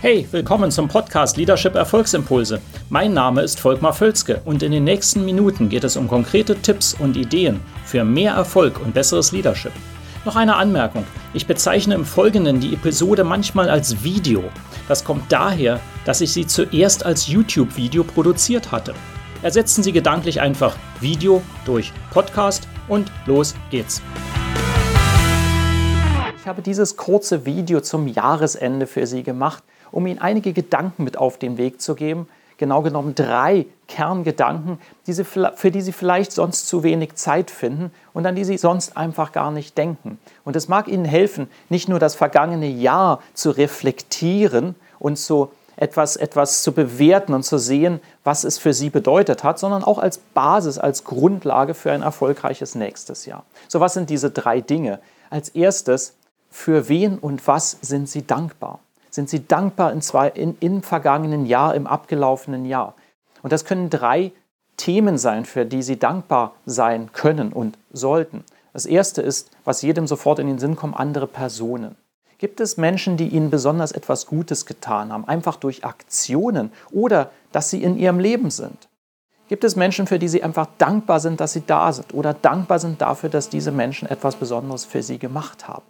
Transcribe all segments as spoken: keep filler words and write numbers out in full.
Hey, willkommen zum Podcast Leadership Erfolgsimpulse. Mein Name ist Volkmar Völzke und in den nächsten Minuten geht es um konkrete Tipps und Ideen für mehr Erfolg und besseres Leadership. Noch eine Anmerkung. Ich bezeichne im Folgenden die Episode manchmal als Video. Das kommt daher, dass ich sie zuerst als YouTube-Video produziert hatte. Ersetzen Sie gedanklich einfach Video durch Podcast und los geht's. Ich habe dieses kurze Video zum Jahresende für Sie gemacht, um Ihnen einige Gedanken mit auf den Weg zu geben. Genau genommen drei Kerngedanken, die Sie, für die Sie vielleicht sonst zu wenig Zeit finden und an die Sie sonst einfach gar nicht denken. Und es mag Ihnen helfen, nicht nur das vergangene Jahr zu reflektieren und so etwas, etwas zu bewerten und zu sehen, was es für Sie bedeutet hat, sondern auch als Basis, als Grundlage für ein erfolgreiches nächstes Jahr. So, was sind diese drei Dinge? Als erstes, für wen und was sind Sie dankbar? Sind Sie dankbar in zwei, in, im vergangenen Jahr, im abgelaufenen Jahr? Und das können drei Themen sein, für die Sie dankbar sein können und sollten. Das erste ist, was jedem sofort in den Sinn kommt, andere Personen. Gibt es Menschen, die Ihnen besonders etwas Gutes getan haben, einfach durch Aktionen oder dass sie in Ihrem Leben sind? Gibt es Menschen, für die Sie einfach dankbar sind, dass sie da sind oder dankbar sind dafür, dass diese Menschen etwas Besonderes für Sie gemacht haben?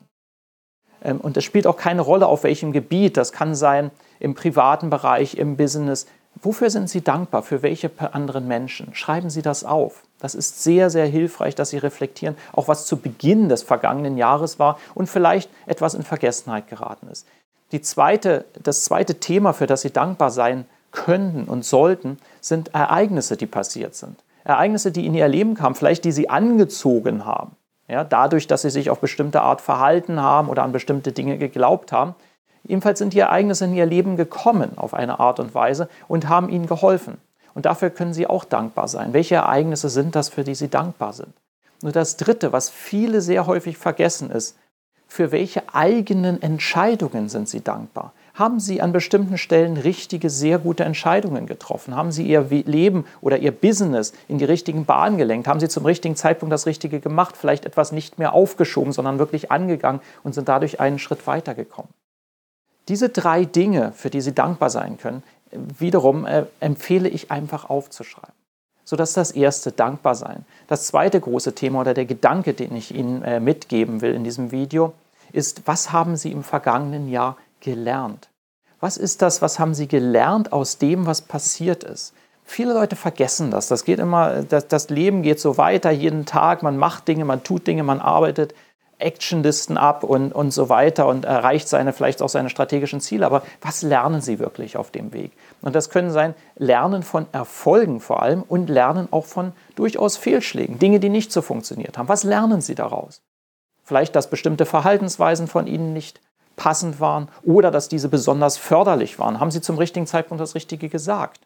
Und es spielt auch keine Rolle, auf welchem Gebiet. Das kann sein im privaten Bereich, im Business. Wofür sind Sie dankbar? Für welche anderen Menschen? Schreiben Sie das auf. Das ist sehr, sehr hilfreich, dass Sie reflektieren, auch was zu Beginn des vergangenen Jahres war und vielleicht etwas in Vergessenheit geraten ist. Die zweite, das zweite Thema, für das Sie dankbar sein könnten und sollten, sind Ereignisse, die passiert sind. Ereignisse, die in Ihr Leben kamen, vielleicht die Sie angezogen haben. Ja, dadurch, dass sie sich auf bestimmte Art verhalten haben oder an bestimmte Dinge geglaubt haben. Ebenfalls sind die Ereignisse in ihr Leben gekommen auf eine Art und Weise und haben ihnen geholfen. Und dafür können sie auch dankbar sein. Welche Ereignisse sind das, für die sie dankbar sind? Und das Dritte, was viele sehr häufig vergessen, ist, für welche eigenen Entscheidungen sind sie dankbar? Haben Sie an bestimmten Stellen richtige, sehr gute Entscheidungen getroffen? Haben Sie Ihr Leben oder Ihr Business in die richtigen Bahnen gelenkt? Haben Sie zum richtigen Zeitpunkt das Richtige gemacht? Vielleicht etwas nicht mehr aufgeschoben, sondern wirklich angegangen und sind dadurch einen Schritt weitergekommen? Diese drei Dinge, für die Sie dankbar sein können, wiederum äh, empfehle ich einfach aufzuschreiben. So, das ist das erste, dankbar sein. Das zweite große Thema oder der Gedanke, den ich Ihnen äh, mitgeben will in diesem Video, ist, was haben Sie im vergangenen Jahr gelernt? Was ist das, was haben Sie gelernt aus dem, was passiert ist? Viele Leute vergessen das. Das geht immer, das, das Leben geht so weiter, jeden Tag, man macht Dinge, man tut Dinge, man arbeitet Actionlisten ab und, und so weiter und erreicht seine, vielleicht auch seine strategischen Ziele. Aber was lernen Sie wirklich auf dem Weg? Und das können sein Lernen von Erfolgen vor allem und Lernen auch von durchaus Fehlschlägen, Dinge, die nicht so funktioniert haben. Was lernen Sie daraus? Vielleicht, dass bestimmte Verhaltensweisen von Ihnen nicht passend waren oder dass diese besonders förderlich waren. Haben Sie zum richtigen Zeitpunkt das Richtige gesagt?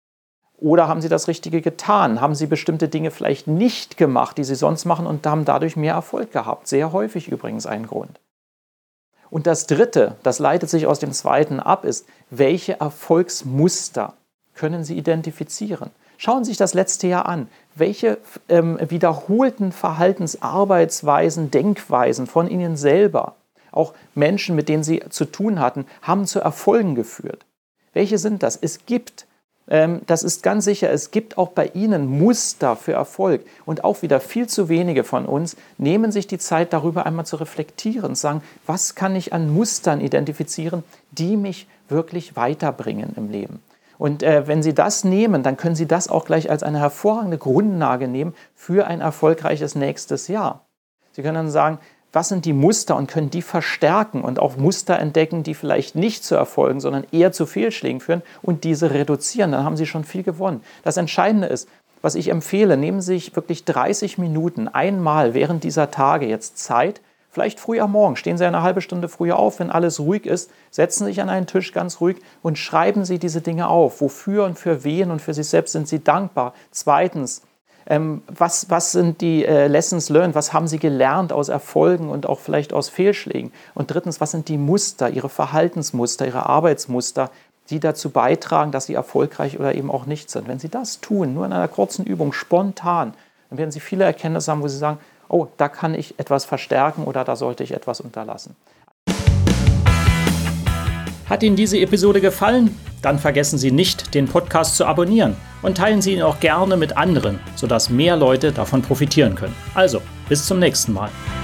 Oder haben Sie das Richtige getan? Haben Sie bestimmte Dinge vielleicht nicht gemacht, die Sie sonst machen und haben dadurch mehr Erfolg gehabt? Sehr häufig übrigens ein Grund. Und das Dritte, das leitet sich aus dem Zweiten ab, ist, welche Erfolgsmuster können Sie identifizieren? Schauen Sie sich das letzte Jahr an. Welche ähm, wiederholten Verhaltensarbeitsweisen, Denkweisen von Ihnen selber, auch Menschen, mit denen Sie zu tun hatten, haben zu Erfolgen geführt? Welche sind das? Es gibt, ähm, das ist ganz sicher, es gibt auch bei Ihnen Muster für Erfolg. Und auch wieder viel zu wenige von uns nehmen sich die Zeit, darüber einmal zu reflektieren und sagen, was kann ich an Mustern identifizieren, die mich wirklich weiterbringen im Leben? Und äh, wenn Sie das nehmen, dann können Sie das auch gleich als eine hervorragende Grundlage nehmen für ein erfolgreiches nächstes Jahr. Sie können dann sagen, was sind die Muster und können die verstärken und auch Muster entdecken, die vielleicht nicht zu Erfolgen, sondern eher zu Fehlschlägen führen und diese reduzieren. Dann haben Sie schon viel gewonnen. Das Entscheidende ist, was ich empfehle, nehmen Sie sich wirklich dreißig Minuten einmal während dieser Tage jetzt Zeit, vielleicht früh am Morgen, stehen Sie eine halbe Stunde früher auf, wenn alles ruhig ist, setzen Sie sich an einen Tisch ganz ruhig und schreiben Sie diese Dinge auf. Wofür und für wen und für sich selbst sind Sie dankbar? Zweitens, ähm, was, was sind die äh, Lessons learned? Was haben Sie gelernt aus Erfolgen und auch vielleicht aus Fehlschlägen? Und drittens, was sind die Muster, Ihre Verhaltensmuster, Ihre Arbeitsmuster, die dazu beitragen, dass Sie erfolgreich oder eben auch nicht sind? Wenn Sie das tun, nur in einer kurzen Übung, spontan, dann werden Sie viele Erkenntnisse haben, wo Sie sagen, oh, da kann ich etwas verstärken oder da sollte ich etwas unterlassen. Hat Ihnen diese Episode gefallen? Dann vergessen Sie nicht, den Podcast zu abonnieren und teilen Sie ihn auch gerne mit anderen, sodass mehr Leute davon profitieren können. Also, bis zum nächsten Mal.